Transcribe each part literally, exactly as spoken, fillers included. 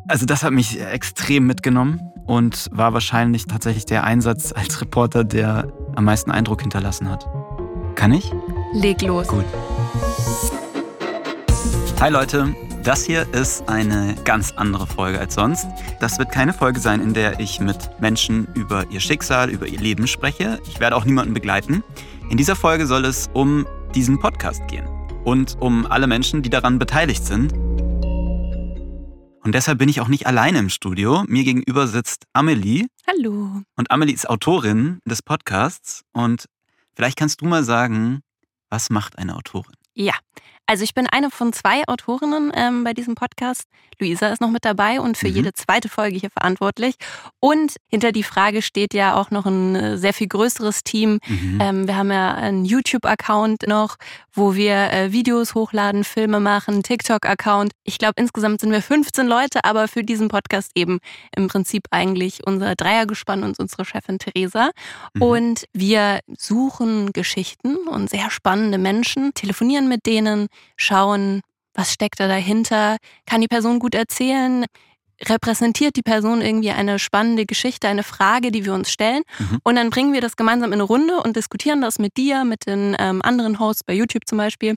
Also das hat mich extrem mitgenommen und war wahrscheinlich tatsächlich der Einsatz als Reporter, der am meisten Eindruck hinterlassen hat. Kann ich? Leg los. Gut. Hi Leute, das hier ist eine ganz andere Folge als sonst. Das wird keine Folge sein, in der ich mit Menschen über ihr Schicksal, über ihr Leben spreche. Ich werde auch niemanden begleiten. In dieser Folge soll es um diesen Podcast gehen und um alle Menschen, die daran beteiligt sind. Und deshalb bin ich auch nicht alleine im Studio. Mir gegenüber sitzt Amelie. Hallo. Und Amelie ist Autorin des Podcasts. Und vielleicht kannst du mal sagen, was macht eine Autorin? Ja, also ich bin eine von zwei Autorinnen ähm, bei diesem Podcast. Luisa ist noch mit dabei und für mhm. jede zweite Folge hier verantwortlich. Und hinter die Frage steht ja auch noch ein sehr viel größeres Team. Mhm. Ähm, wir haben ja einen YouTube-Account noch, wo wir äh, Videos hochladen, Filme machen, einen TikTok-Account. Ich glaube, insgesamt sind wir fünfzehn Leute, aber für diesen Podcast eben im Prinzip eigentlich unser Dreiergespann und unsere Chefin Theresa. Mhm. Und wir suchen Geschichten und sehr spannende Menschen, telefonieren mit denen, schauen, was steckt da dahinter, kann die Person gut erzählen, repräsentiert die Person irgendwie eine spannende Geschichte, eine Frage, die wir uns stellen. Mhm. Und dann bringen wir das gemeinsam in eine Runde und diskutieren das mit dir, mit den ähm, anderen Hosts bei YouTube zum Beispiel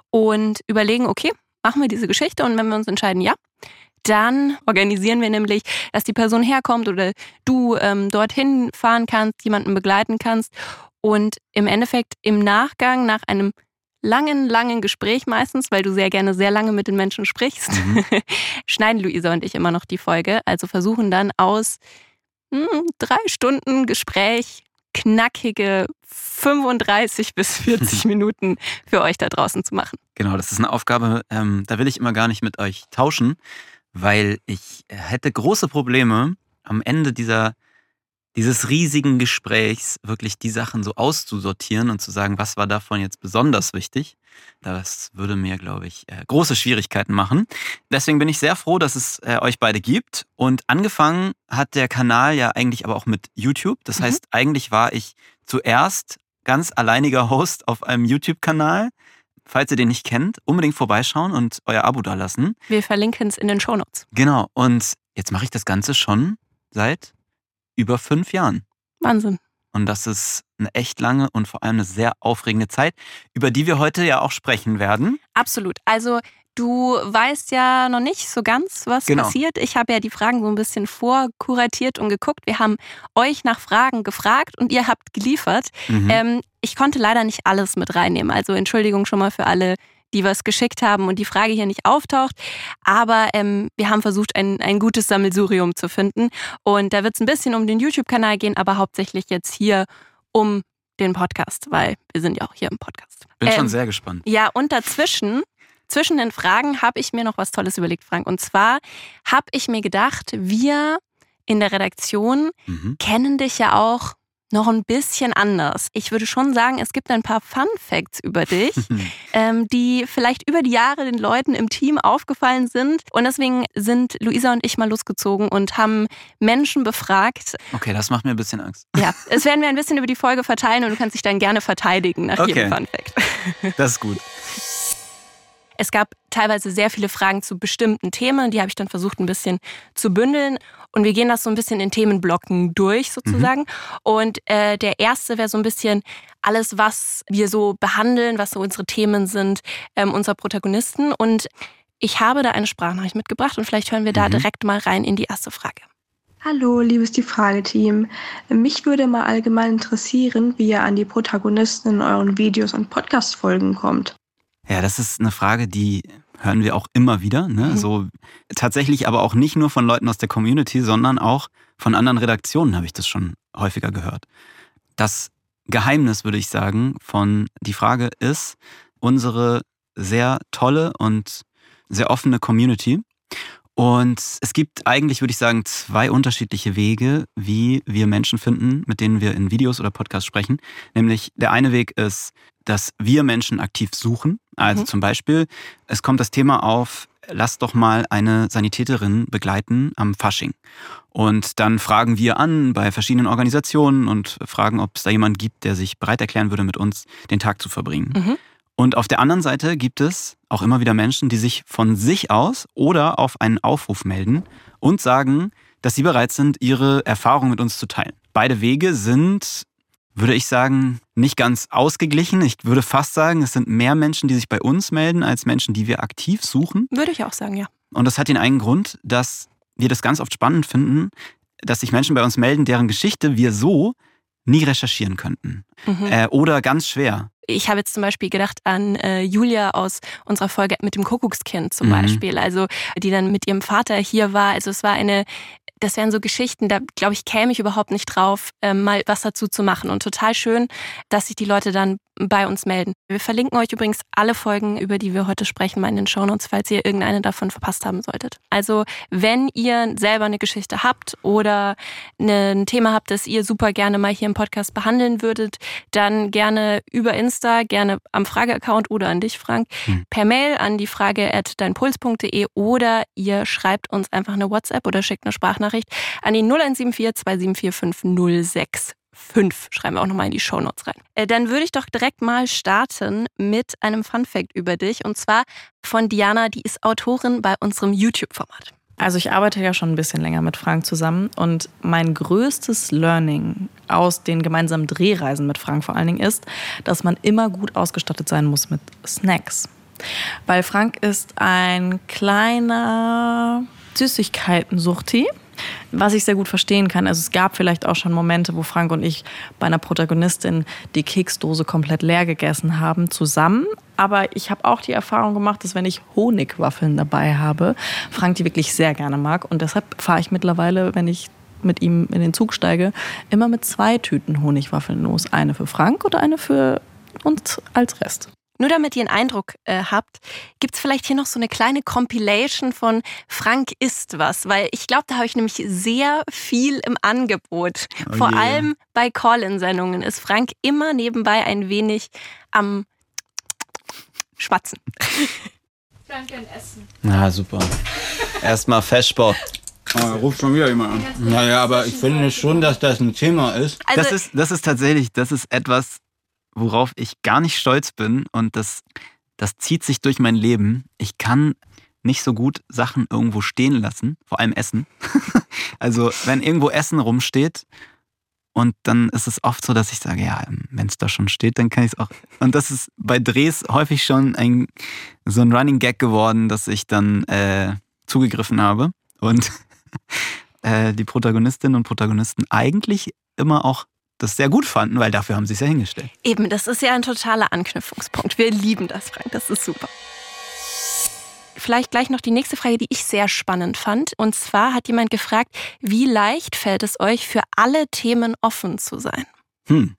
und überlegen, okay, machen wir diese Geschichte und wenn wir uns entscheiden, ja, dann organisieren wir nämlich, dass die Person herkommt oder du ähm, dorthin fahren kannst, jemanden begleiten kannst und im Endeffekt im Nachgang nach einem langen, langen Gespräch meistens, weil du sehr gerne sehr lange mit den Menschen sprichst, mhm. schneiden Luisa und ich immer noch die Folge. Also versuchen dann aus hm, drei Stunden Gespräch knackige fünfunddreißig bis vierzig Minuten für euch da draußen zu machen. Genau, das ist eine Aufgabe, ähm, da will ich immer gar nicht mit euch tauschen, weil ich hätte große Probleme, am Ende dieser dieses riesigen Gesprächs wirklich die Sachen so auszusortieren und zu sagen, was war davon jetzt besonders wichtig. Das würde mir, glaube ich, große Schwierigkeiten machen. Deswegen bin ich sehr froh, dass es euch beide gibt. Und angefangen hat der Kanal ja eigentlich aber auch mit YouTube. Das heißt, mhm. eigentlich war ich zuerst ganz alleiniger Host auf einem YouTube-Kanal. Falls ihr den nicht kennt, unbedingt vorbeischauen und euer Abo dalassen. Wir verlinken es in den Shownotes. Genau. Und jetzt mache ich das Ganze schon seit über fünf Jahren. Wahnsinn. Und das ist eine echt lange und vor allem eine sehr aufregende Zeit, über die wir heute ja auch sprechen werden. Absolut. Also du weißt ja noch nicht so ganz, was genau passiert. Ich habe ja die Fragen so ein bisschen vorkuratiert und geguckt. Wir haben euch nach Fragen gefragt und ihr habt geliefert. Mhm. Ähm, ich konnte leider nicht alles mit reinnehmen. Also Entschuldigung schon mal für alle, die was geschickt haben und die Frage hier nicht auftaucht. Aber ähm, wir haben versucht, ein, ein gutes Sammelsurium zu finden. Und da wird es ein bisschen um den YouTube-Kanal gehen, aber hauptsächlich jetzt hier um den Podcast, weil wir sind ja auch hier im Podcast. Bin ähm, schon sehr gespannt. Ja, und dazwischen, zwischen den Fragen, habe ich mir noch was Tolles überlegt, Frank. Und zwar habe ich mir gedacht, wir in der Redaktion mhm. kennen dich ja auch noch ein bisschen anders. Ich würde schon sagen, es gibt ein paar Fun-Facts über dich, ähm, die vielleicht über die Jahre den Leuten im Team aufgefallen sind. Und deswegen sind Luisa und ich mal losgezogen und haben Menschen befragt. Okay, das macht mir ein bisschen Angst. Ja, es werden wir ein bisschen über die Folge verteilen und du kannst dich dann gerne verteidigen nach okay. jedem Fun-Fact. Das ist gut. Es gab teilweise sehr viele Fragen zu bestimmten Themen, die habe ich dann versucht ein bisschen zu bündeln. Und wir gehen das so ein bisschen in Themenblocken durch sozusagen. Mhm. Und äh, der erste wäre so ein bisschen alles, was wir so behandeln, was so unsere Themen sind, ähm, unserer Protagonisten. Und ich habe da eine Sprachnachricht mitgebracht und vielleicht hören wir da mhm. direkt mal rein in die erste Frage. Hallo, liebes Die-Frage-Team. Mich würde mal allgemein interessieren, wie ihr an die Protagonisten in euren Videos und Podcast-Folgen kommt. Ja, das ist eine Frage, die hören wir auch immer wieder. Ne? Mhm. So, tatsächlich aber auch nicht nur von Leuten aus der Community, sondern auch von anderen Redaktionen habe ich das schon häufiger gehört. Das Geheimnis, würde ich sagen, von die Frage ist unsere sehr tolle und sehr offene Community. Und es gibt eigentlich, würde ich sagen, zwei unterschiedliche Wege, wie wir Menschen finden, mit denen wir in Videos oder Podcasts sprechen. Nämlich der eine Weg ist, dass wir Menschen aktiv suchen. Also mhm. zum Beispiel, es kommt das Thema auf, lass doch mal eine Sanitäterin begleiten am Fasching. Und dann fragen wir an bei verschiedenen Organisationen und fragen, ob es da jemanden gibt, der sich bereit erklären würde, mit uns den Tag zu verbringen. Mhm. Und auf der anderen Seite gibt es auch immer wieder Menschen, die sich von sich aus oder auf einen Aufruf melden und sagen, dass sie bereit sind, ihre Erfahrungen mit uns zu teilen. Beide Wege sind, würde ich sagen, nicht ganz ausgeglichen. Ich würde fast sagen, es sind mehr Menschen, die sich bei uns melden, als Menschen, die wir aktiv suchen. Würde ich auch sagen, ja. Und das hat den einen Grund, dass wir das ganz oft spannend finden, dass sich Menschen bei uns melden, deren Geschichte wir so nie recherchieren könnten. Mhm. Äh, oder ganz schwer. Ich habe jetzt zum Beispiel gedacht an äh, Julia aus unserer Folge mit dem Kuckuckskind zum mhm. Beispiel, also die dann mit ihrem Vater hier war. Also es war eine, das wären so Geschichten, da glaube ich, käme ich überhaupt nicht drauf, äh, mal was dazu zu machen. Und total schön, dass sich die Leute dann bei uns melden. Wir verlinken euch übrigens alle Folgen, über die wir heute sprechen, mal in den Shownotes, falls ihr irgendeine davon verpasst haben solltet. Also wenn ihr selber eine Geschichte habt oder ein Thema habt, das ihr super gerne mal hier im Podcast behandeln würdet, dann gerne über Insta, gerne am Frage-Account oder an dich, Frank, hm. per Mail an die frage at deinpuls punkt de oder ihr schreibt uns einfach eine WhatsApp oder schickt eine Sprachnachricht an die null eins sieben vier zwei sieben vier fünf null sechs fünf. Schreiben wir auch nochmal in die Shownotes rein. Äh, dann würde ich doch direkt mal starten mit einem Funfact über dich. Und zwar von Diana, die ist Autorin bei unserem YouTube-Format. Also ich arbeite ja schon ein bisschen länger mit Frank zusammen. Und mein größtes Learning aus den gemeinsamen Drehreisen mit Frank vor allen Dingen ist, dass man immer gut ausgestattet sein muss mit Snacks. Weil Frank ist ein kleiner Süßigkeiten-Suchti, was ich sehr gut verstehen kann. Also es gab vielleicht auch schon Momente, wo Frank und ich bei einer Protagonistin die Keksdose komplett leer gegessen haben zusammen. Aber ich habe auch die Erfahrung gemacht, dass wenn ich Honigwaffeln dabei habe, Frank die wirklich sehr gerne mag. Und deshalb fahre ich mittlerweile, wenn ich mit ihm in den Zug steige, immer mit zwei Tüten Honigwaffeln los. Eine für Frank oder eine für uns als Rest. Nur damit ihr einen Eindruck äh, habt, gibt es vielleicht hier noch so eine kleine Compilation von Frank isst was, weil ich glaube, da habe ich nämlich sehr viel im Angebot. Oh Vor yeah. allem bei Call-in-Sendungen ist Frank immer nebenbei ein wenig am Schwatzen. Frank ein Essen. Na super. Erstmal Feschbock. Ah, ruft schon wieder jemand an. Naja, aber ich finde schon, dass das ein Thema ist. Also, das ist. Das ist tatsächlich, das ist etwas, worauf ich gar nicht stolz bin und das, das zieht sich durch mein Leben. Ich kann nicht so gut Sachen irgendwo stehen lassen, vor allem Essen. Also wenn irgendwo Essen rumsteht und dann ist es oft so, dass ich sage, ja, wenn es da schon steht, dann kann ich es auch. Und das ist bei Drehs häufig schon ein, so ein Running Gag geworden, dass ich dann äh, zugegriffen habe und äh, die Protagonistinnen und Protagonisten eigentlich immer auch das sehr gut fanden, weil dafür haben sie es ja hingestellt. Eben, das ist ja ein totaler Anknüpfungspunkt. Wir lieben das, Frank, das ist super. Vielleicht gleich noch die nächste Frage, die ich sehr spannend fand. Und zwar hat jemand gefragt, wie leicht fällt es euch, für alle Themen offen zu sein? Hm.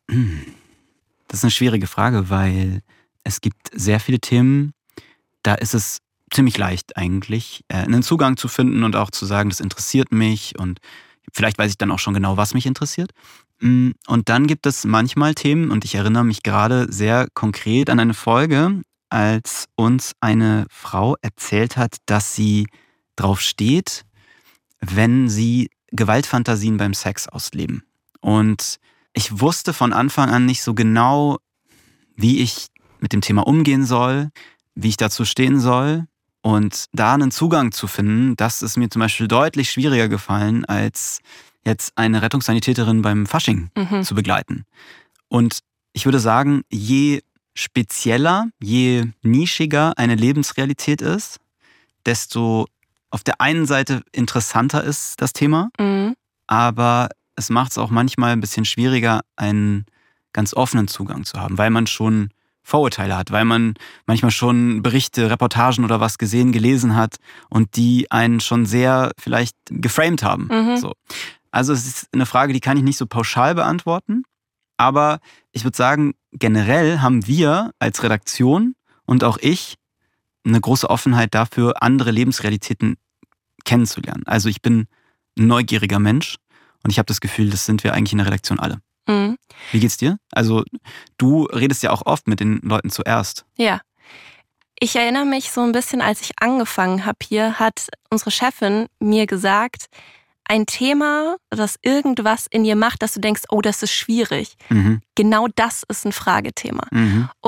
Das ist eine schwierige Frage, weil es gibt sehr viele Themen, da ist es ziemlich leicht eigentlich, einen Zugang zu finden und auch zu sagen, das interessiert mich und vielleicht weiß ich dann auch schon genau, was mich interessiert. Und dann gibt es manchmal Themen, und ich erinnere mich gerade sehr konkret an eine Folge, als uns eine Frau erzählt hat, dass sie drauf steht, wenn sie Gewaltfantasien beim Sex ausleben. Und ich wusste von Anfang an nicht so genau, wie ich mit dem Thema umgehen soll, wie ich dazu stehen soll. Und da einen Zugang zu finden, das ist mir zum Beispiel deutlich schwieriger gefallen, als jetzt eine Rettungssanitäterin beim Fasching mhm. zu begleiten. Und ich würde sagen, je spezieller, je nischiger eine Lebensrealität ist, desto auf der einen Seite interessanter ist das Thema, mhm. aber es macht es auch manchmal ein bisschen schwieriger, einen ganz offenen Zugang zu haben, weil man schon Vorurteile hat, weil man manchmal schon Berichte, Reportagen oder was gesehen, gelesen hat und die einen schon sehr vielleicht geframed haben. Mhm. So. Also es ist eine Frage, die kann ich nicht so pauschal beantworten, aber ich würde sagen, generell haben wir als Redaktion und auch ich eine große Offenheit dafür, andere Lebensrealitäten kennenzulernen. Also ich bin ein neugieriger Mensch und ich habe das Gefühl, das sind wir eigentlich in der Redaktion alle. Mhm. Wie geht's dir? Also du redest ja auch oft mit den Leuten zuerst. Ja. Ich erinnere mich so ein bisschen, als ich angefangen habe hier, hat unsere Chefin mir gesagt, ein Thema, das irgendwas in dir macht, dass du denkst, oh, das ist schwierig. Mhm. Genau das ist ein Fragethema. Mhm. Und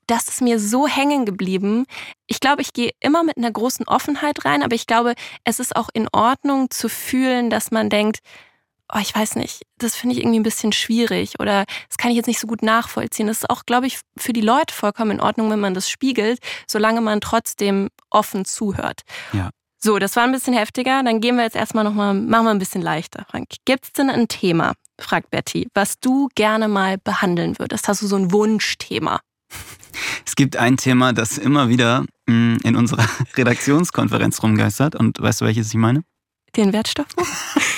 das ist mir so hängen geblieben. Ich glaube, ich gehe immer mit einer großen Offenheit rein, aber ich glaube, es ist auch in Ordnung zu fühlen, dass man denkt, oh, ich weiß nicht, das finde ich irgendwie ein bisschen schwierig oder das kann ich jetzt nicht so gut nachvollziehen. Das ist auch, glaube ich, für die Leute vollkommen in Ordnung, wenn man das spiegelt, solange man trotzdem offen zuhört. Ja. So, das war ein bisschen heftiger. Dann gehen wir jetzt erstmal nochmal, machen wir ein bisschen leichter. Frank, gibt es denn ein Thema, fragt Betty, was du gerne mal behandeln würdest? Hast du so ein Wunschthema? Es gibt ein Thema, das immer wieder mh, in unserer Redaktionskonferenz rumgeistert. Und weißt du, welches ich meine? Den Wertstoffbuch?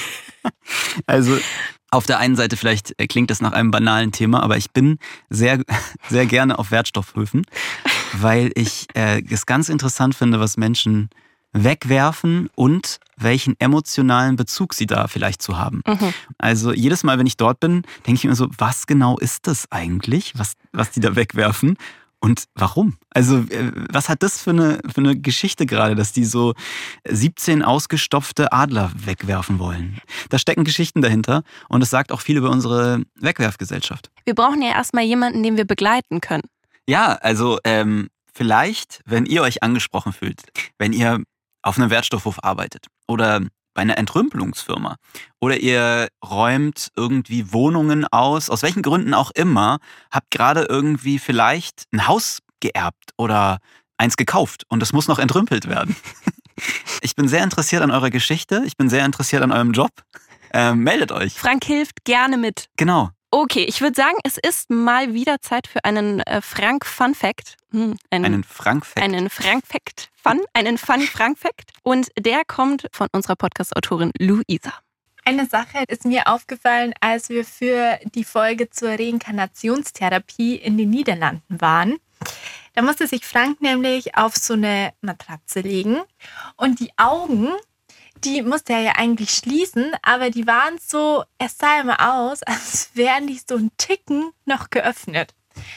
Also auf der einen Seite vielleicht klingt das nach einem banalen Thema, aber ich bin sehr, sehr gerne auf Wertstoffhöfen, weil ich äh, es ganz interessant finde, was Menschen wegwerfen und welchen emotionalen Bezug sie da vielleicht zu haben. Mhm. Also jedes Mal, wenn ich dort bin, denke ich mir so, was genau ist das eigentlich, was, was die da wegwerfen? Und warum? Also was hat das für eine, für eine Geschichte gerade, dass die so siebzehn ausgestopfte Adler wegwerfen wollen? Da stecken Geschichten dahinter und es sagt auch viel über unsere Wegwerfgesellschaft. Wir brauchen ja erstmal jemanden, den wir begleiten können. Ja, also ähm, vielleicht, wenn ihr euch angesprochen fühlt, wenn ihr auf einem Wertstoffhof arbeitet oder bei einer Entrümpelungsfirma oder ihr räumt irgendwie Wohnungen aus, aus welchen Gründen auch immer, habt gerade irgendwie vielleicht ein Haus geerbt oder eins gekauft und es muss noch entrümpelt werden. Ich bin sehr interessiert an eurer Geschichte, ich bin sehr interessiert an eurem Job. Ähm, meldet euch. Frank hilft gerne mit. Genau. Okay, ich würde sagen, es ist mal wieder Zeit für einen äh, Frank Fun Fact. Hm, einen, einen Frank Fact. Einen Frank Fact. Fun, einen Funny Frank Fact. Und der kommt von unserer Podcast-Autorin Luisa. Eine Sache ist mir aufgefallen, als wir für die Folge zur Reinkarnationstherapie in den Niederlanden waren. Da musste sich Frank nämlich auf so eine Matratze legen und die Augen, die musste er ja eigentlich schließen, aber die waren so, es sah immer aus, als wären die so einen Ticken noch geöffnet.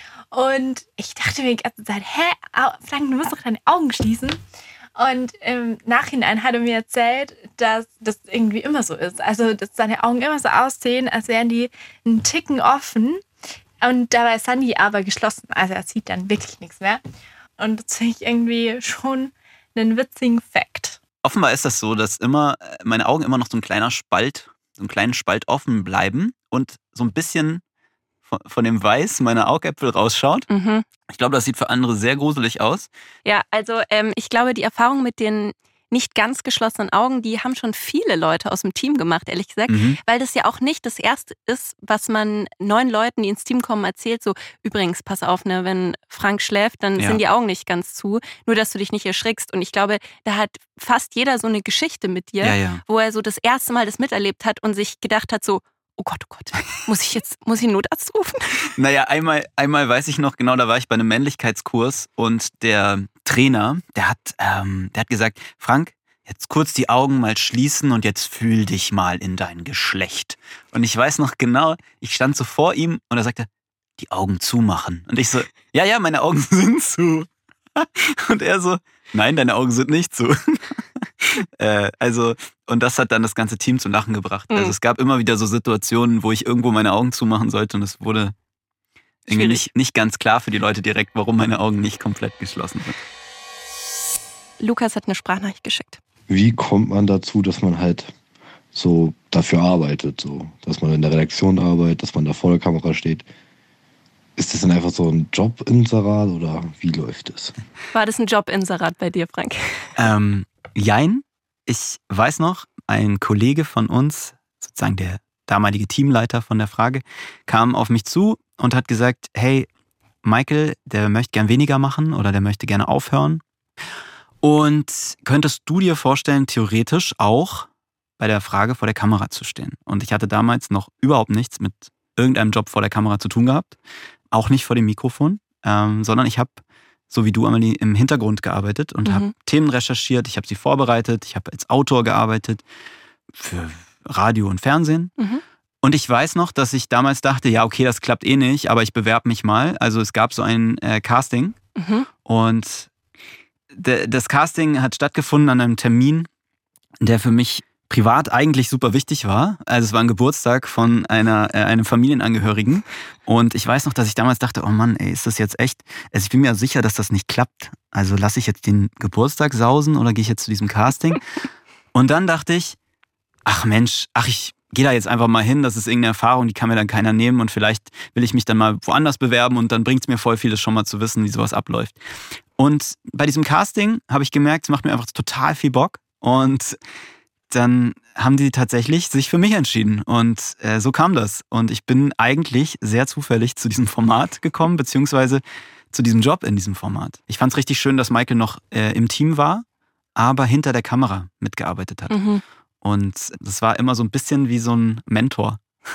Und ich dachte mir die ganze Zeit, hä, Frank, du musst doch deine Augen schließen. Und im Nachhinein hat er mir erzählt, dass das irgendwie immer so ist. Also, dass seine Augen immer so aussehen, als wären die einen Ticken offen. Und dabei sind die aber geschlossen. Also, er sieht dann wirklich nichts mehr. Und das finde ich irgendwie schon einen witzigen Fact. Offenbar ist das so, dass immer meine Augen immer noch so ein kleiner Spalt, so einen kleinen Spalt offen bleiben und so ein bisschen von, von dem Weiß meiner Augäpfel rausschaut. Mhm. Ich glaube, das sieht für andere sehr gruselig aus. Ja, also ähm, ich glaube, die Erfahrung mit den nicht ganz geschlossenen Augen, die haben schon viele Leute aus dem Team gemacht, ehrlich gesagt, mhm. weil das ja auch nicht das Erste ist, was man neuen Leuten, die ins Team kommen, erzählt. So, übrigens, pass auf, ne, wenn Frank schläft, dann ja. sind die Augen nicht ganz zu, nur dass du dich nicht erschrickst. Und ich glaube, da hat fast jeder so eine Geschichte mit dir, ja, ja. wo er so das erste Mal das miterlebt hat und sich gedacht hat, so, oh Gott, oh Gott, muss ich jetzt, muss ich einen Notarzt rufen? Naja, einmal, einmal weiß ich noch genau, da war ich bei einem Männlichkeitskurs und der Trainer, der hat, ähm, der hat gesagt, Frank, jetzt kurz die Augen mal schließen und jetzt fühl dich mal in dein Geschlecht. Und ich weiß noch genau, ich stand so vor ihm und er sagte, die Augen zumachen. Und ich so, ja, ja, meine Augen sind zu. Und er so, nein, deine Augen sind nicht zu. äh, also, und das hat dann das ganze Team zum Lachen gebracht. Mhm. Also es gab immer wieder so Situationen, wo ich irgendwo meine Augen zumachen sollte und es wurde irgendwie nicht, nicht ganz klar für die Leute direkt, warum meine Augen nicht komplett geschlossen sind. Lukas hat eine Sprachnachricht geschickt. Wie kommt man dazu, dass man halt so dafür arbeitet, so, dass man in der Redaktion arbeitet, dass man da vor der Kamera steht? Ist das dann einfach so ein Jobinserat oder wie läuft es? War das ein Jobinserat bei dir, Frank? Ähm, jein. Ich weiß noch, ein Kollege von uns, sozusagen der damalige Teamleiter von der Frage, kam auf mich zu und hat gesagt, hey, Michael, der möchte gern weniger machen oder der möchte gerne aufhören. Und könntest du dir vorstellen, theoretisch auch bei der Frage vor der Kamera zu stehen? Und ich hatte damals noch überhaupt nichts mit irgendeinem Job vor der Kamera zu tun gehabt. Auch nicht vor dem Mikrofon, ähm, sondern ich habe, so wie du, Amelie, im Hintergrund gearbeitet und mhm. habe Themen recherchiert, ich habe sie vorbereitet, ich habe als Autor gearbeitet für Radio und Fernsehen. Mhm. Und ich weiß noch, dass ich damals dachte, ja, okay, das klappt eh nicht, aber ich bewerbe mich mal. Also es gab so ein äh, Casting mhm. und das Casting hat stattgefunden an einem Termin, der für mich privat eigentlich super wichtig war. Also es war ein Geburtstag von einer, äh, einem Familienangehörigen. Und ich weiß noch, dass ich damals dachte, oh Mann, ey, ist das jetzt echt? Also ich bin mir sicher, dass das nicht klappt. Also lasse ich jetzt den Geburtstag sausen oder gehe ich jetzt zu diesem Casting? Und dann dachte ich, ach Mensch, ach ich gehe da jetzt einfach mal hin. Das ist irgendeine Erfahrung, die kann mir dann keiner nehmen. Und vielleicht will ich mich dann mal woanders bewerben und dann bringt es mir voll viel, das schon mal zu wissen, wie sowas abläuft. Und bei diesem Casting habe ich gemerkt, es macht mir einfach total viel Bock. Und dann haben die tatsächlich sich für mich entschieden und äh, so kam das. Und ich bin eigentlich sehr zufällig zu diesem Format gekommen, beziehungsweise zu diesem Job in diesem Format. Ich fand es richtig schön, dass Michael noch äh, im Team war, aber hinter der Kamera mitgearbeitet hat. Mhm. Und das war immer so ein bisschen wie so ein Mentor.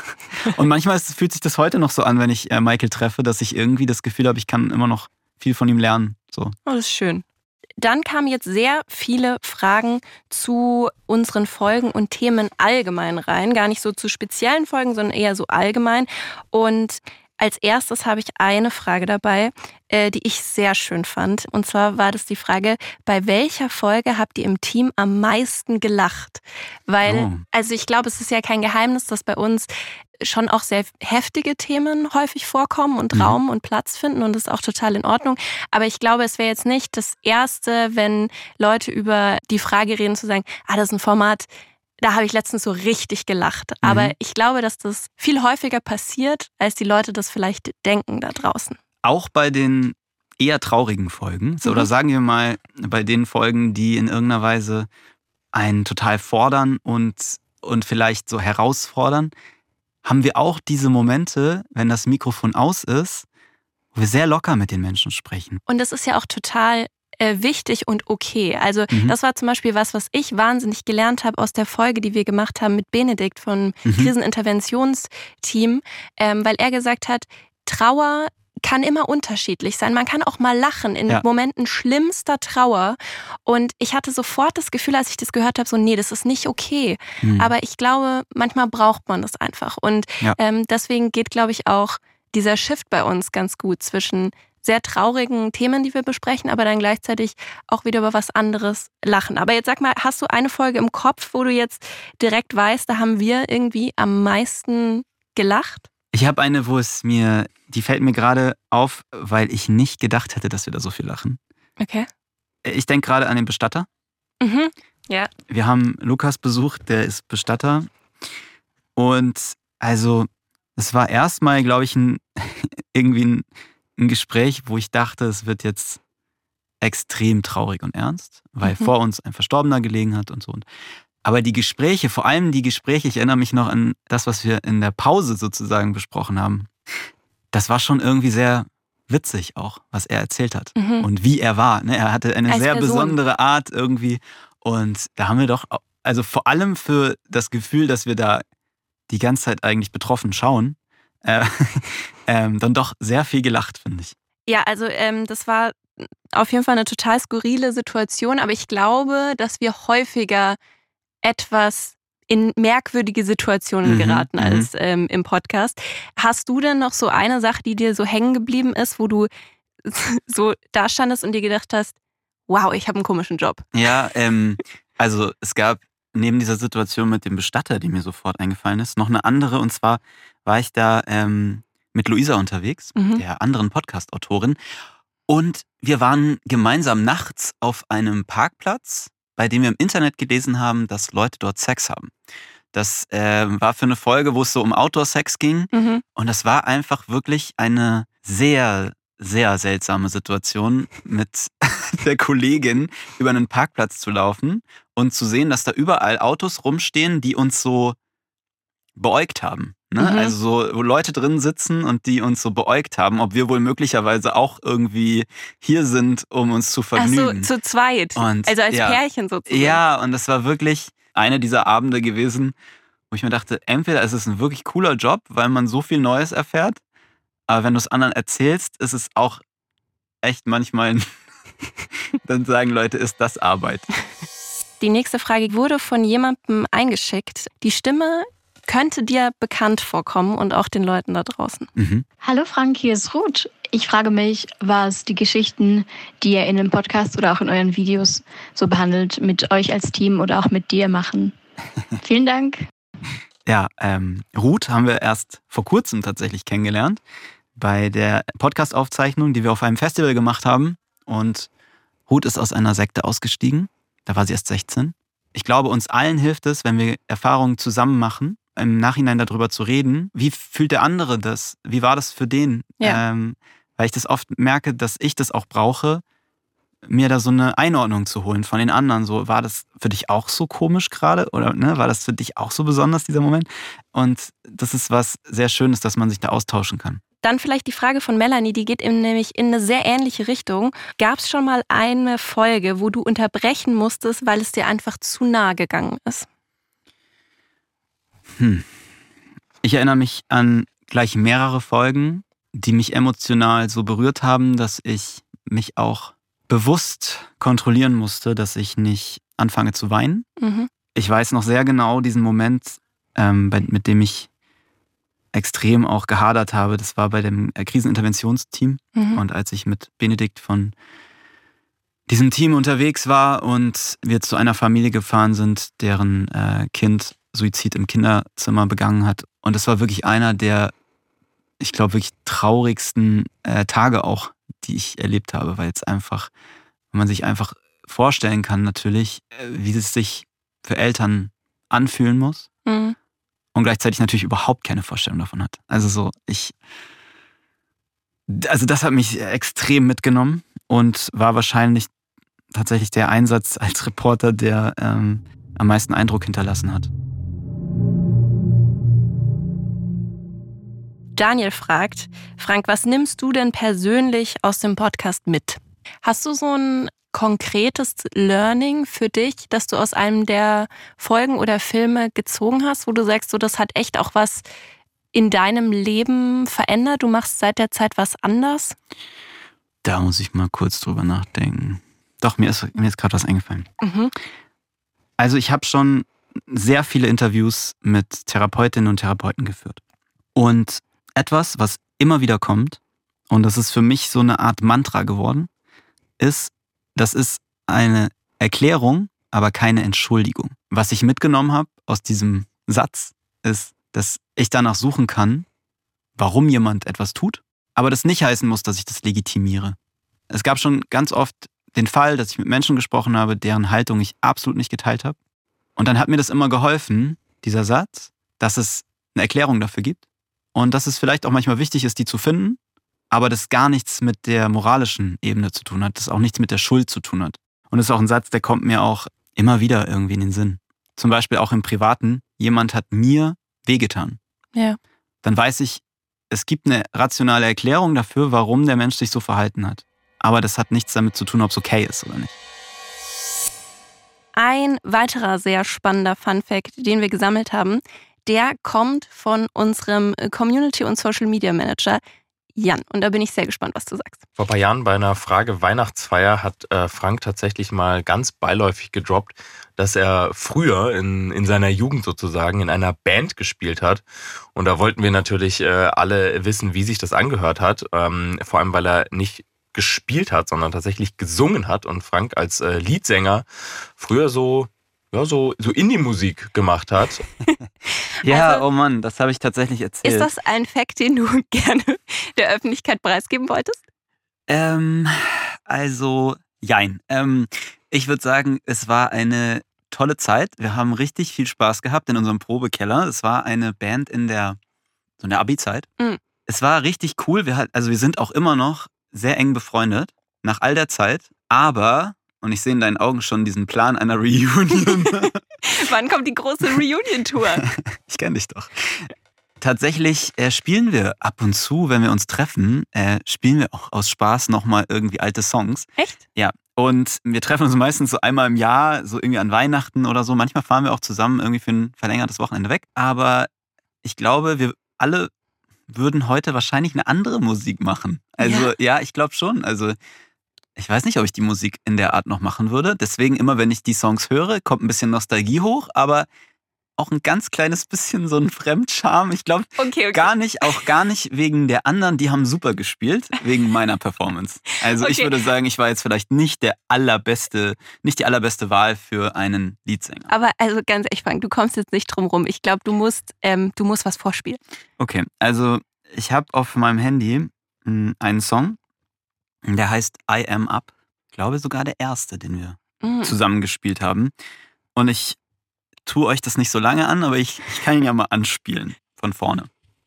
Und manchmal ist, fühlt sich das heute noch so an, wenn ich äh, Michael treffe, dass ich irgendwie das Gefühl habe, ich kann immer noch viel von ihm lernen. So. Oh, das ist schön. Dann kamen jetzt sehr viele Fragen zu unseren Folgen und Themen allgemein rein. Gar nicht so zu speziellen Folgen, sondern eher so allgemein. Und als erstes habe ich eine Frage dabei, die ich sehr schön fand. Und zwar war das die Frage, bei welcher Folge habt ihr im Team am meisten gelacht? Weil, oh. also ich glaube, es ist ja kein Geheimnis, dass bei uns schon auch sehr heftige Themen häufig vorkommen und Raum mhm. und Platz finden und das ist auch total in Ordnung. Aber ich glaube, es wäre jetzt nicht das Erste, wenn Leute über die Frage reden, zu sagen, ah, das ist ein Format, da habe ich letztens so richtig gelacht. Mhm. Aber ich glaube, dass das viel häufiger passiert, als die Leute das vielleicht denken da draußen. Auch bei den eher traurigen Folgen, mhm. oder sagen wir mal bei den Folgen, die in irgendeiner Weise einen total fordern und, und vielleicht so herausfordern, haben wir auch diese Momente, wenn das Mikrofon aus ist, wo wir sehr locker mit den Menschen sprechen. Und das ist ja auch total äh, wichtig und okay. Also mhm. das war zum Beispiel was, was ich wahnsinnig gelernt habe aus der Folge, die wir gemacht haben mit Benedikt vom mhm. Kriseninterventionsteam, ähm, weil er gesagt hat, Trauer kann immer unterschiedlich sein. Man kann auch mal lachen in ja. Momenten schlimmster Trauer. Und ich hatte sofort das Gefühl, als ich das gehört habe, so nee, das ist nicht okay. Mhm. Aber ich glaube, manchmal braucht man das einfach. Und ja. ähm, deswegen geht, glaube ich, auch dieser Shift bei uns ganz gut zwischen sehr traurigen Themen, die wir besprechen, aber dann gleichzeitig auch wieder über was anderes lachen. Aber jetzt sag mal, hast du eine Folge im Kopf, wo du jetzt direkt weißt, da haben wir irgendwie am meisten gelacht? Ich habe eine, wo es mir, die fällt mir gerade auf, weil ich nicht gedacht hätte, dass wir da so viel lachen. Okay. Ich denke gerade an den Bestatter. Mhm, ja. Wir haben Lukas besucht, der ist Bestatter. Und also, es war erstmal, glaube ich, ein, irgendwie ein, ein Gespräch, wo ich dachte, es wird jetzt extrem traurig und ernst, weil mhm. vor uns ein Verstorbener gelegen hat und so. Aber die Gespräche, vor allem die Gespräche, ich erinnere mich noch an das, was wir in der Pause sozusagen besprochen haben. Das war schon irgendwie sehr witzig auch, was er erzählt hat mhm. und wie er war. Er hatte eine Als sehr Person. besondere Art irgendwie. Und da haben wir doch, also vor allem für das Gefühl, dass wir da die ganze Zeit eigentlich betroffen schauen, äh, ähm, dann doch sehr viel gelacht, finde ich. Ja, also ähm, das war auf jeden Fall eine total skurrile Situation, aber ich glaube, dass wir häufiger etwas in merkwürdige Situationen mhm, geraten als ähm, im Podcast. Hast du denn noch so eine Sache, die dir so hängen geblieben ist, wo du so da standest und dir gedacht hast, wow, ich habe einen komischen Job? Ja, ähm, also es gab neben dieser Situation mit dem Bestatter, die mir sofort eingefallen ist, noch eine andere. Und zwar war ich da ähm, mit Luisa unterwegs, mhm. der anderen Podcast-Autorin. Und wir waren gemeinsam nachts auf einem Parkplatz, bei dem wir im Internet gelesen haben, dass Leute dort Sex haben. Das äh, war für eine Folge, wo es so um Outdoor-Sex ging. Mhm. Und das war einfach wirklich eine sehr, sehr seltsame Situation, mit der Kollegin über einen Parkplatz zu laufen und zu sehen, dass da überall Autos rumstehen, die uns so beäugt haben. Ne? Mhm. Also so, wo Leute drin sitzen und die uns so beäugt haben, ob wir wohl möglicherweise auch irgendwie hier sind, um uns zu vergnügen. Ach so, zu zweit. Und, also als ja, Pärchen sozusagen. Ja, und das war wirklich eine dieser Abende gewesen, wo ich mir dachte, entweder ist es ein wirklich cooler Job, weil man so viel Neues erfährt, aber wenn du es anderen erzählst, ist es auch echt manchmal, dann sagen Leute, ist das Arbeit. Die nächste Frage wurde von jemandem eingeschickt. Die Stimme könnte dir bekannt vorkommen und auch den Leuten da draußen. Mhm. Hallo Frank, hier ist Ruth. Ich frage mich, was die Geschichten, die ihr in dem Podcast oder auch in euren Videos so behandelt, mit euch als Team oder auch mit dir machen. Vielen Dank. Ja, ähm, Ruth haben wir erst vor kurzem tatsächlich kennengelernt bei der Podcast-Aufzeichnung, die wir auf einem Festival gemacht haben. Und Ruth ist aus einer Sekte ausgestiegen. Da war sie erst sechzehn. Ich glaube, uns allen hilft es, wenn wir Erfahrungen zusammen machen, im Nachhinein darüber zu reden. Wie fühlt der andere das? Wie war das für den? Ja. Ähm, weil ich das oft merke, dass ich das auch brauche, mir da so eine Einordnung zu holen von den anderen. So, war das für dich auch so komisch gerade? Oder ne, war das für dich auch so besonders, dieser Moment? Und das ist was sehr Schönes, dass man sich da austauschen kann. Dann vielleicht die Frage von Melanie, die geht eben nämlich in eine sehr ähnliche Richtung. Gab es schon mal eine Folge, wo du unterbrechen musstest, weil es dir einfach zu nahe gegangen ist? Hm. Ich erinnere mich an gleich mehrere Folgen, die mich emotional so berührt haben, dass ich mich auch bewusst kontrollieren musste, dass ich nicht anfange zu weinen. Mhm. Ich weiß noch sehr genau diesen Moment, ähm, bei, mit dem ich extrem auch gehadert habe. Das war bei dem Kriseninterventionsteam. Mhm. Und als ich mit Benedikt von diesem Team unterwegs war und wir zu einer Familie gefahren sind, deren äh, Kind Suizid im Kinderzimmer begangen hat. Und das war wirklich einer der, ich glaube, wirklich traurigsten äh, Tage auch, die ich erlebt habe, weil es einfach, wenn man sich einfach vorstellen kann natürlich, äh, wie es sich für Eltern anfühlen muss. Mhm. Und gleichzeitig natürlich überhaupt keine Vorstellung davon hat. Also so, ich, also das hat mich extrem mitgenommen und war wahrscheinlich tatsächlich der Einsatz als Reporter, der ähm, am meisten Eindruck hinterlassen hat. Daniel fragt, Frank, was nimmst du denn persönlich aus dem Podcast mit? Hast du so ein konkretes Learning für dich, das du aus einem der Folgen oder Filme gezogen hast, wo du sagst, so, das hat echt auch was in deinem Leben verändert? Du machst seit der Zeit was anders? Da muss ich mal kurz drüber nachdenken. Doch, mir ist, mir ist gerade was eingefallen. Mhm. Also ich habe schon sehr viele Interviews mit Therapeutinnen und Therapeuten geführt. Und etwas, was immer wieder kommt, und das ist für mich so eine Art Mantra geworden, ist, das ist eine Erklärung, aber keine Entschuldigung. Was ich mitgenommen habe aus diesem Satz, ist, dass ich danach suchen kann, warum jemand etwas tut, aber das nicht heißen muss, dass ich das legitimiere. Es gab schon ganz oft den Fall, dass ich mit Menschen gesprochen habe, deren Haltung ich absolut nicht geteilt habe. Und dann hat mir das immer geholfen, dieser Satz, dass es eine Erklärung dafür gibt und dass es vielleicht auch manchmal wichtig ist, die zu finden, aber das gar nichts mit der moralischen Ebene zu tun hat, das auch nichts mit der Schuld zu tun hat. Und das ist auch ein Satz, der kommt mir auch immer wieder irgendwie in den Sinn. Zum Beispiel auch im Privaten, jemand hat mir wehgetan. Ja. Dann weiß ich, es gibt eine rationale Erklärung dafür, warum der Mensch sich so verhalten hat. Aber das hat nichts damit zu tun, ob es okay ist oder nicht. Ein weiterer sehr spannender Funfact, den wir gesammelt haben, der kommt von unserem Community- und Social-Media-Manager Jan. Und da bin ich sehr gespannt, was du sagst. Vor ein paar Jahren bei einer Frage Weihnachtsfeier hat äh, Frank tatsächlich mal ganz beiläufig gedroppt, dass er früher in, in seiner Jugend sozusagen in einer Band gespielt hat. Und da wollten wir natürlich äh, alle wissen, wie sich das angehört hat. Ähm, vor allem, weil er nicht gespielt hat, sondern tatsächlich gesungen hat. Und Frank als äh, Leadsänger früher so, ja, so, so Indie-Musik gemacht hat. Ja, Also, oh Mann, das habe ich tatsächlich erzählt. Ist das ein Fact, den du gerne der Öffentlichkeit preisgeben wolltest? Ähm, also, jein. Ähm, ich würde sagen, es war eine tolle Zeit. Wir haben richtig viel Spaß gehabt in unserem Probekeller. Es war eine Band in der, so in der Abi-Zeit. Mhm. Es war richtig cool. Wir, also wir sind auch immer noch sehr eng befreundet, nach all der Zeit. Aber, und ich sehe in deinen Augen schon diesen Plan einer Reunion. Wann kommt die große Reunion-Tour? Ich kenne dich doch. Tatsächlich äh, spielen wir ab und zu, wenn wir uns treffen, äh, spielen wir auch aus Spaß nochmal irgendwie alte Songs. Echt? Ja. Und wir treffen uns meistens so einmal im Jahr, so irgendwie an Weihnachten oder so. Manchmal fahren wir auch zusammen irgendwie für ein verlängertes Wochenende weg. Aber ich glaube, wir alle würden heute wahrscheinlich eine andere Musik machen. Also ja, ja ich glaube schon. Also ich weiß nicht, ob ich die Musik in der Art noch machen würde. Deswegen immer, wenn ich die Songs höre, kommt ein bisschen Nostalgie hoch. Aber auch ein ganz kleines bisschen so ein Fremdscham. Ich glaube okay, okay. gar nicht, auch gar nicht wegen der anderen, die haben super gespielt, wegen meiner Performance. Also okay. Ich würde sagen, ich war jetzt vielleicht nicht der allerbeste, nicht die allerbeste Wahl für einen Leadsänger. Aber also ganz ehrlich, Frank, du kommst jetzt nicht drum rum. Ich glaube, du musst, ähm, du musst was vorspielen. Okay, also ich habe auf meinem Handy einen Song, der heißt I Am Up. Ich glaube sogar der erste, den wir mhm. zusammengespielt haben. Und ich tue euch das nicht so lange an, aber ich, ich kann ihn ja mal anspielen von vorne.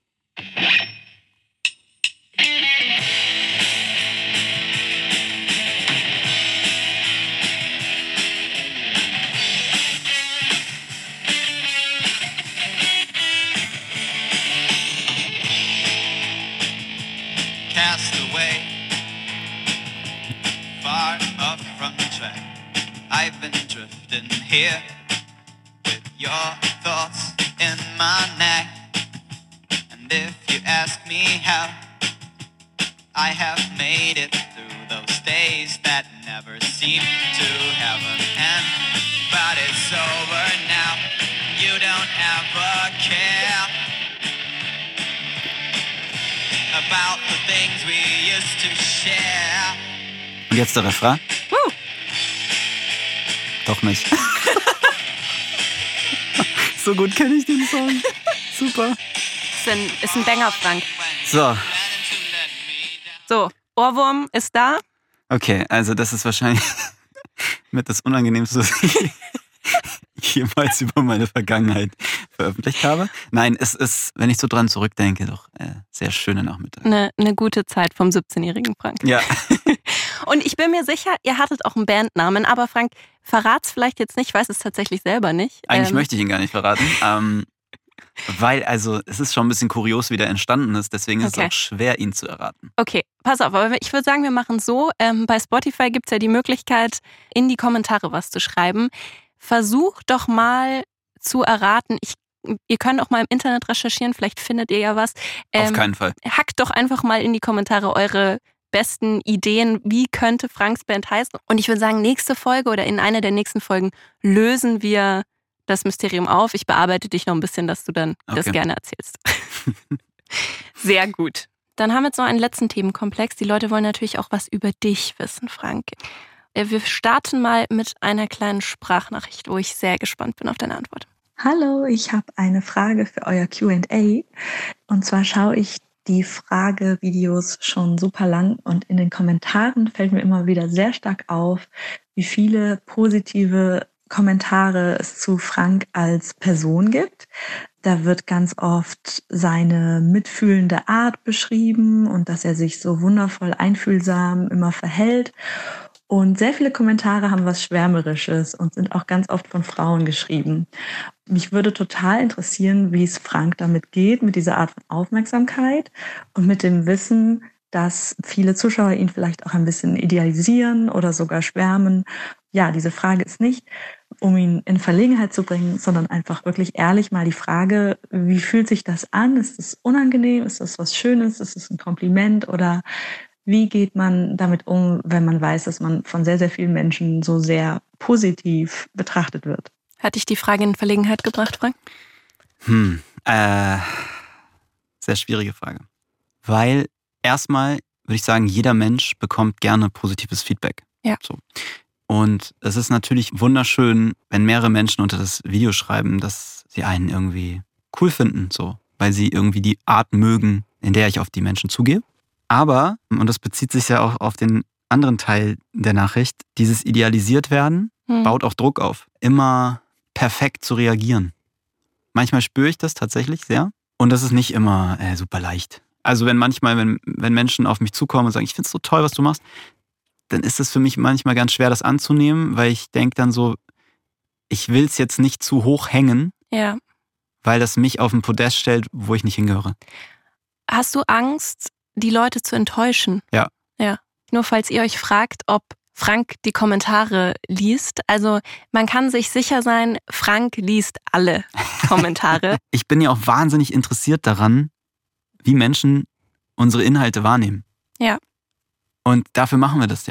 Cast away, far up from the track. I've been drifting here with your thoughts in my neck. And if you ask me how, I have made it through those days that never seem to have an end. But it's over now, you don't ever care about the things we used to share. Und jetzt der Refrain? Woo. Doch nicht. So gut kenne ich den Song. Super. Ist ein, ist ein Banger, Frank. So. So, Ohrwurm ist da. Okay, also das ist wahrscheinlich mit das Unangenehmste, was ich jemals über meine Vergangenheit veröffentlicht habe. Nein, es ist, wenn ich so dran zurückdenke, doch äh, sehr schöne Nachmittag. Eine, eine gute Zeit vom siebzehnjährigen Frank. Ja. Und ich bin mir sicher, ihr hattet auch einen Bandnamen, aber Frank, verrat's vielleicht jetzt nicht, ich weiß es tatsächlich selber nicht. Eigentlich ähm, möchte ich ihn gar nicht verraten, ähm, weil also es ist schon ein bisschen kurios, wie der entstanden ist, deswegen ist okay. es auch schwer, ihn zu erraten. Okay, pass auf, aber ich würde sagen, wir machen es so, ähm, bei Spotify gibt es ja die Möglichkeit, in die Kommentare was zu schreiben. Versucht doch mal zu erraten, ich, ihr könnt auch mal im Internet recherchieren, vielleicht findet ihr ja was. Ähm, Auf keinen Fall. Hackt doch einfach mal in die Kommentare eure besten Ideen, wie könnte Franks Band heißen. Und ich würde sagen, nächste Folge oder in einer der nächsten Folgen lösen wir das Mysterium auf. Ich bearbeite dich noch ein bisschen, dass du dann okay. das gerne erzählst. Sehr gut. Dann haben wir jetzt noch einen letzten Themenkomplex. Die Leute wollen natürlich auch was über dich wissen, Frank. Wir starten mal mit einer kleinen Sprachnachricht, wo ich sehr gespannt bin auf deine Antwort. Hallo, ich habe eine Frage für euer Q and A. Und zwar schaue ich die Fragevideos schon super lang und in den Kommentaren fällt mir immer wieder sehr stark auf, wie viele positive Kommentare es zu Frank als Person gibt. Da wird ganz oft seine mitfühlende Art beschrieben und dass er sich so wundervoll einfühlsam immer verhält. Und sehr viele Kommentare haben was Schwärmerisches und sind auch ganz oft von Frauen geschrieben. Mich würde total interessieren, wie es Frank damit geht, mit dieser Art von Aufmerksamkeit und mit dem Wissen, dass viele Zuschauer ihn vielleicht auch ein bisschen idealisieren oder sogar schwärmen. Ja, diese Frage ist nicht, um ihn in Verlegenheit zu bringen, sondern einfach wirklich ehrlich mal die Frage, wie fühlt sich das an? Ist es unangenehm? Ist das was Schönes? Ist es ein Kompliment? Oder wie geht man damit um, wenn man weiß, dass man von sehr, sehr vielen Menschen so sehr positiv betrachtet wird? Hat dich die Frage in Verlegenheit gebracht, Frank? Hm, äh, sehr schwierige Frage. Weil erstmal würde ich sagen, jeder Mensch bekommt gerne positives Feedback. Ja. So. Und es ist natürlich wunderschön, wenn mehrere Menschen unter das Video schreiben, dass sie einen irgendwie cool finden, so, weil sie irgendwie die Art mögen, in der ich auf die Menschen zugehe. Aber, und das bezieht sich ja auch auf den anderen Teil der Nachricht, dieses idealisiert werden hm. baut auch Druck auf, immer perfekt zu reagieren. Manchmal spüre ich das tatsächlich sehr und das ist nicht immer äh, super leicht. Also wenn manchmal, wenn, wenn Menschen auf mich zukommen und sagen, ich finde es so toll, was du machst, dann ist es für mich manchmal ganz schwer, das anzunehmen, weil ich denke dann so, ich will es jetzt nicht zu hoch hängen, ja. weil das mich auf ein Podest stellt, wo ich nicht hingehöre. Hast du Angst, die Leute zu enttäuschen? Ja. Ja. Nur falls ihr euch fragt, ob Frank die Kommentare liest. Also man kann sich sicher sein, Frank liest alle Kommentare. Ich bin ja auch wahnsinnig interessiert daran, wie Menschen unsere Inhalte wahrnehmen. Ja. Und dafür machen wir das ja.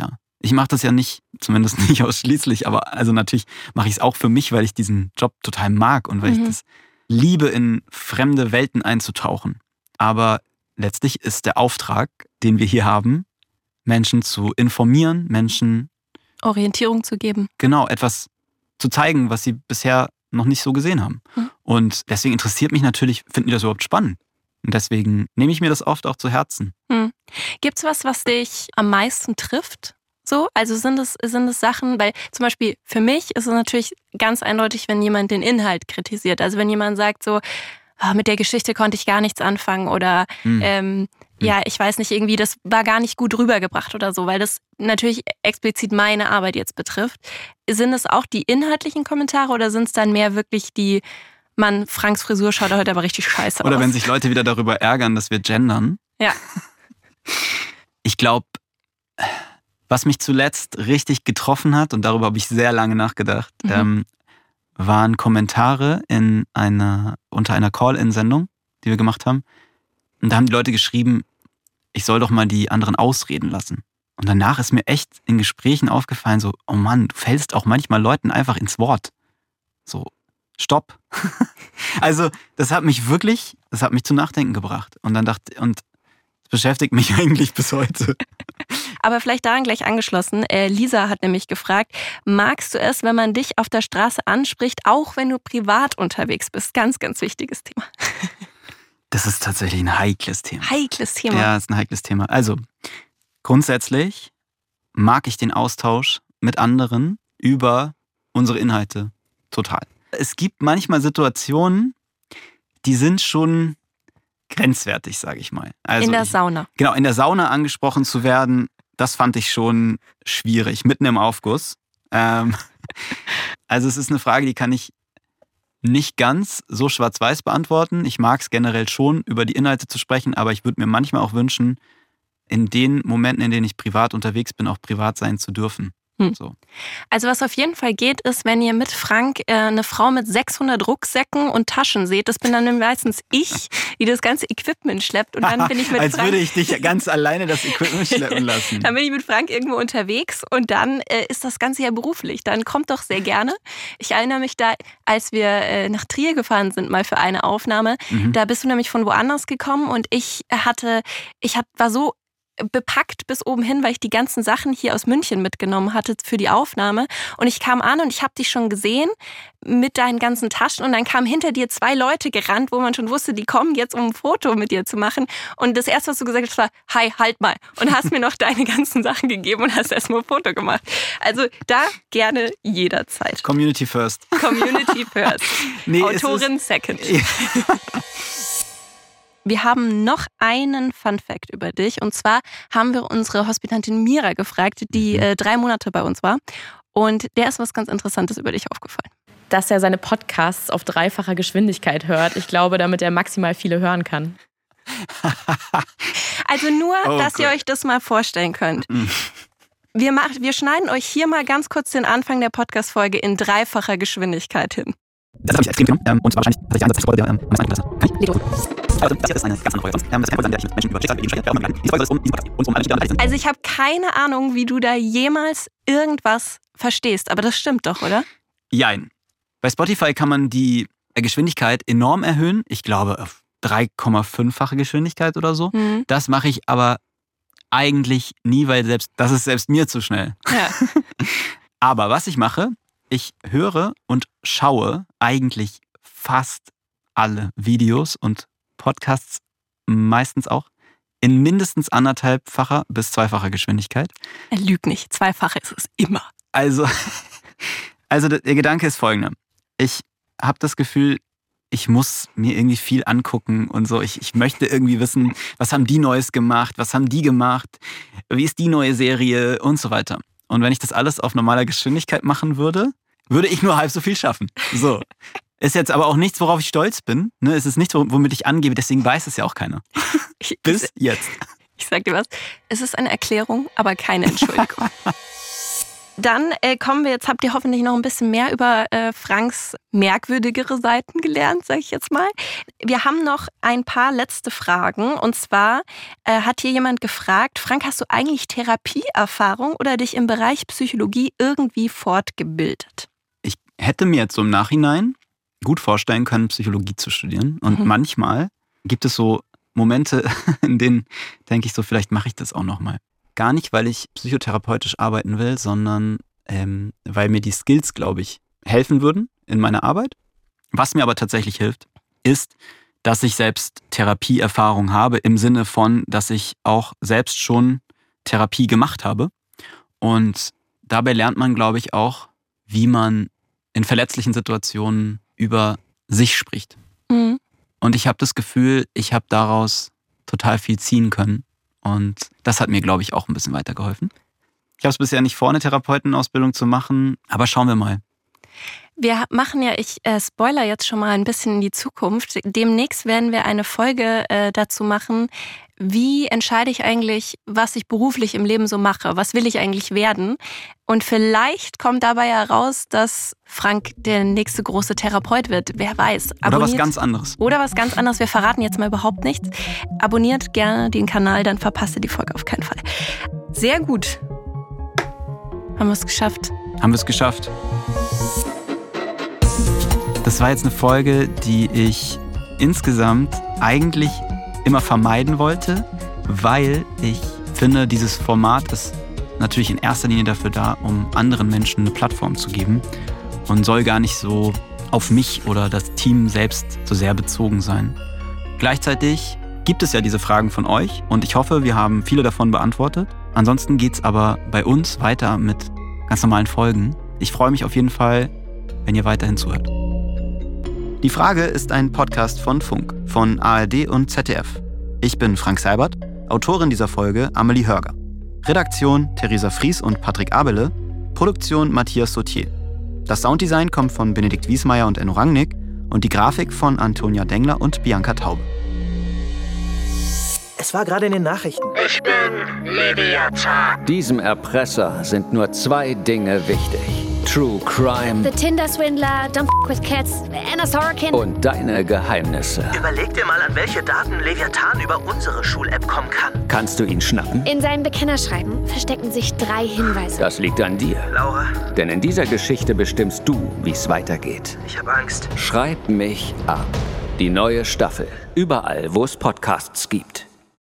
ich mache das ja nicht, zumindest nicht ausschließlich, aber also natürlich mache ich es auch für mich, weil ich diesen Job total mag und weil mhm. ich das liebe, in fremde Welten einzutauchen. Aber letztlich ist der Auftrag, den wir hier haben, Menschen zu informieren, Menschen Orientierung zu geben. Genau, etwas zu zeigen, was sie bisher noch nicht so gesehen haben. Mhm. Und deswegen interessiert mich natürlich, finden die das überhaupt spannend? Und deswegen nehme ich mir das oft auch zu Herzen. Mhm. Gibt es was, was dich am meisten trifft? So, also sind es, sind es Sachen, weil zum Beispiel für mich ist es natürlich ganz eindeutig, wenn jemand den Inhalt kritisiert. Also wenn jemand sagt so, oh, mit der Geschichte konnte ich gar nichts anfangen oder mhm. ähm, ja, ich weiß nicht, irgendwie, das war gar nicht gut rübergebracht oder so, weil das natürlich explizit meine Arbeit jetzt betrifft. Sind es auch die inhaltlichen Kommentare oder sind es dann mehr wirklich die, Mann, Franks Frisur schaut heute aber richtig scheiße aus? Oder wenn sich Leute wieder darüber ärgern, dass wir gendern. Ja. Ich glaube, was mich zuletzt richtig getroffen hat, und darüber habe ich sehr lange nachgedacht, mhm. ähm, waren Kommentare in einer, unter einer Call-In-Sendung, die wir gemacht haben. Und da haben die Leute geschrieben, ich soll doch mal die anderen ausreden lassen. Und danach ist mir echt in Gesprächen aufgefallen, so, oh Mann, du fällst auch manchmal Leuten einfach ins Wort. So, stopp. Also, das hat mich wirklich, das hat mich zum Nachdenken gebracht. Und dann dachte, und das beschäftigt mich eigentlich bis heute. Aber vielleicht daran gleich angeschlossen. Äh, Lisa hat nämlich gefragt, magst du es, wenn man dich auf der Straße anspricht, auch wenn du privat unterwegs bist? Ganz, ganz wichtiges Thema. Das ist tatsächlich ein heikles Thema. Heikles Thema. Ja, ist ein heikles Thema. Also, grundsätzlich mag ich den Austausch mit anderen über unsere Inhalte total. Es gibt manchmal Situationen, die sind schon grenzwertig, sage ich mal. Also in der ich, Sauna. Genau, in der Sauna angesprochen zu werden, das fand ich schon schwierig, mitten im Aufguss. Ähm, also es ist eine Frage, die kann ich nicht ganz so schwarz-weiß beantworten. Ich mag es generell schon, über die Inhalte zu sprechen, aber ich würde mir manchmal auch wünschen, in den Momenten, in denen ich privat unterwegs bin, auch privat sein zu dürfen. Hm. So. Also was auf jeden Fall geht, ist, wenn ihr mit Frank äh, eine Frau mit sechshundert Rucksäcken und Taschen seht, das bin dann meistens ich, die das ganze Equipment schleppt und dann bin ich mit Als Frank... Als würde ich dich ganz alleine das Equipment schleppen lassen. Dann bin ich mit Frank irgendwo unterwegs und dann äh, ist das Ganze ja beruflich. Dann kommt doch sehr gerne. Ich erinnere mich da, als wir äh, nach Trier gefahren sind, mal für eine Aufnahme, mhm. da bist du nämlich von woanders gekommen und ich hatte, ich hat, war so bepackt bis oben hin, weil ich die ganzen Sachen hier aus München mitgenommen hatte für die Aufnahme. Und ich kam an und ich habe dich schon gesehen mit deinen ganzen Taschen und dann kamen hinter dir zwei Leute gerannt, wo man schon wusste, die kommen jetzt, um ein Foto mit dir zu machen. Und das Erste, was du gesagt hast, war, hi, halt mal. Und hast mir noch deine ganzen Sachen gegeben und hast erstmal ein Foto gemacht. Also da gerne jederzeit. Community first. Community first. Nee, Autorin second. Ja. Wir haben noch einen Fun-Fact über dich. Und zwar haben wir unsere Hospitantin Mira gefragt, die äh, drei Monate bei uns war. Und der ist was ganz Interessantes über dich aufgefallen. Dass er seine Podcasts auf dreifacher Geschwindigkeit hört. Ich glaube, damit er maximal viele hören kann. Also nur, oh dass Gott. Ihr euch das mal vorstellen könnt. Wir, machen, wir schneiden euch hier mal ganz kurz den Anfang der Podcast-Folge in dreifacher Geschwindigkeit hin. Das habe ich extrem genommen. Ähm, und zwar wahrscheinlich tatsächlich Ansatz der ähm, meisten Klasse. Kann ich? Also, das hier ist eine ganz andere Folge. Ähm, das ist keine Folge, in der ich mit Menschen über Schicksal, Leben spreche. Diese Folge soll es um diesen Podcast und um alle Menschen, die sind. Also ich habe keine Ahnung, wie du da jemals irgendwas verstehst. Aber das stimmt doch, oder? Jein. Bei Spotify kann man die Geschwindigkeit enorm erhöhen. Ich glaube auf drei Komma fünffache Geschwindigkeit oder so. Mhm. Das mache ich aber eigentlich nie, weil selbst das ist selbst mir zu schnell. Ja. Aber was ich mache, ich höre und schaue eigentlich fast alle Videos und Podcasts, meistens auch, in mindestens anderthalbfacher bis zweifacher Geschwindigkeit. Er lügt nicht, zweifache ist es immer. Also, also der Gedanke ist folgender. Ich habe das Gefühl, ich muss mir irgendwie viel angucken und so. Ich, ich möchte irgendwie wissen, was haben die Neues gemacht, was haben die gemacht, wie ist die neue Serie und so weiter. Und wenn ich das alles auf normaler Geschwindigkeit machen würde, würde ich nur halb so viel schaffen. So. Ist jetzt aber auch nichts, worauf ich stolz bin. Ne? Es ist nichts, womit ich angebe, deswegen weiß es ja auch keiner. Bis jetzt. Ich sag dir was, es ist eine Erklärung, aber keine Entschuldigung. Dann äh, kommen wir, jetzt habt ihr hoffentlich noch ein bisschen mehr über äh, Franks merkwürdigere Seiten gelernt, sage ich jetzt mal. Wir haben noch ein paar letzte Fragen. Und zwar äh, hat hier jemand gefragt, Frank, hast du eigentlich Therapieerfahrung oder dich im Bereich Psychologie irgendwie fortgebildet? Ich hätte mir jetzt so im Nachhinein gut vorstellen können, Psychologie zu studieren. Und mhm. manchmal gibt es so Momente, in denen denke ich so, vielleicht mache ich das auch nochmal. Gar nicht, weil ich psychotherapeutisch arbeiten will, sondern ähm, weil mir die Skills, glaube ich, helfen würden in meiner Arbeit. Was mir aber tatsächlich hilft, ist, dass ich selbst Therapieerfahrung habe, im Sinne von, dass ich auch selbst schon Therapie gemacht habe. Und dabei lernt man, glaube ich, auch, wie man in verletzlichen Situationen über sich spricht. Mhm. Und ich habe das Gefühl, ich habe daraus total viel ziehen können. Und das hat mir, glaube ich, auch ein bisschen weitergeholfen. Ich habe es bisher nicht vor, eine Therapeutenausbildung zu machen, aber schauen wir mal. Wir machen ja, ich äh, spoiler jetzt schon mal ein bisschen in die Zukunft. Demnächst werden wir eine Folge äh, dazu machen, wie entscheide ich eigentlich, was ich beruflich im Leben so mache? Was will ich eigentlich werden? Und vielleicht kommt dabei heraus, dass Frank der nächste große Therapeut wird. Wer weiß. Abonniert, oder was ganz anderes. Oder was ganz anderes. Wir verraten jetzt mal überhaupt nichts. Abonniert gerne den Kanal, dann verpasst ihr die Folge auf keinen Fall. Sehr gut. Haben wir es geschafft. Haben wir es geschafft. Das war jetzt eine Folge, die ich insgesamt eigentlich immer vermeiden wollte, weil ich finde, dieses Format ist natürlich in erster Linie dafür da, um anderen Menschen eine Plattform zu geben und soll gar nicht so auf mich oder das Team selbst so sehr bezogen sein. Gleichzeitig gibt es ja diese Fragen von euch und ich hoffe, wir haben viele davon beantwortet. Ansonsten geht's aber bei uns weiter mit ganz normalen Folgen. Ich freue mich auf jeden Fall, wenn ihr weiterhin zuhört. Die Frage ist ein Podcast von Funk, von A R D und Z D F. Ich bin Frank Seibert, Autorin dieser Folge Amelie Hörger. Redaktion Theresa Fries und Patrick Abele, Produktion Matthias Sautier. Das Sounddesign kommt von Benedikt Wiesmeier und Enno Rangnick und die Grafik von Antonia Dengler und Bianca Taube. Es war gerade in den Nachrichten. Ich bin Leviathan. Diesem Erpresser sind nur zwei Dinge wichtig. True Crime. The Tinder Swindler, Don't F with Cats, Anna Sorokin. Und deine Geheimnisse. Überleg dir mal, an welche Daten Leviathan über unsere Schul-App kommen kann. Kannst du ihn schnappen? In seinem Bekennerschreiben verstecken sich drei Hinweise. Das liegt an dir. Laura. Denn in dieser Geschichte bestimmst du, wie es weitergeht. Ich habe Angst. Schreib mich ab. Die neue Staffel. Überall, wo es Podcasts gibt.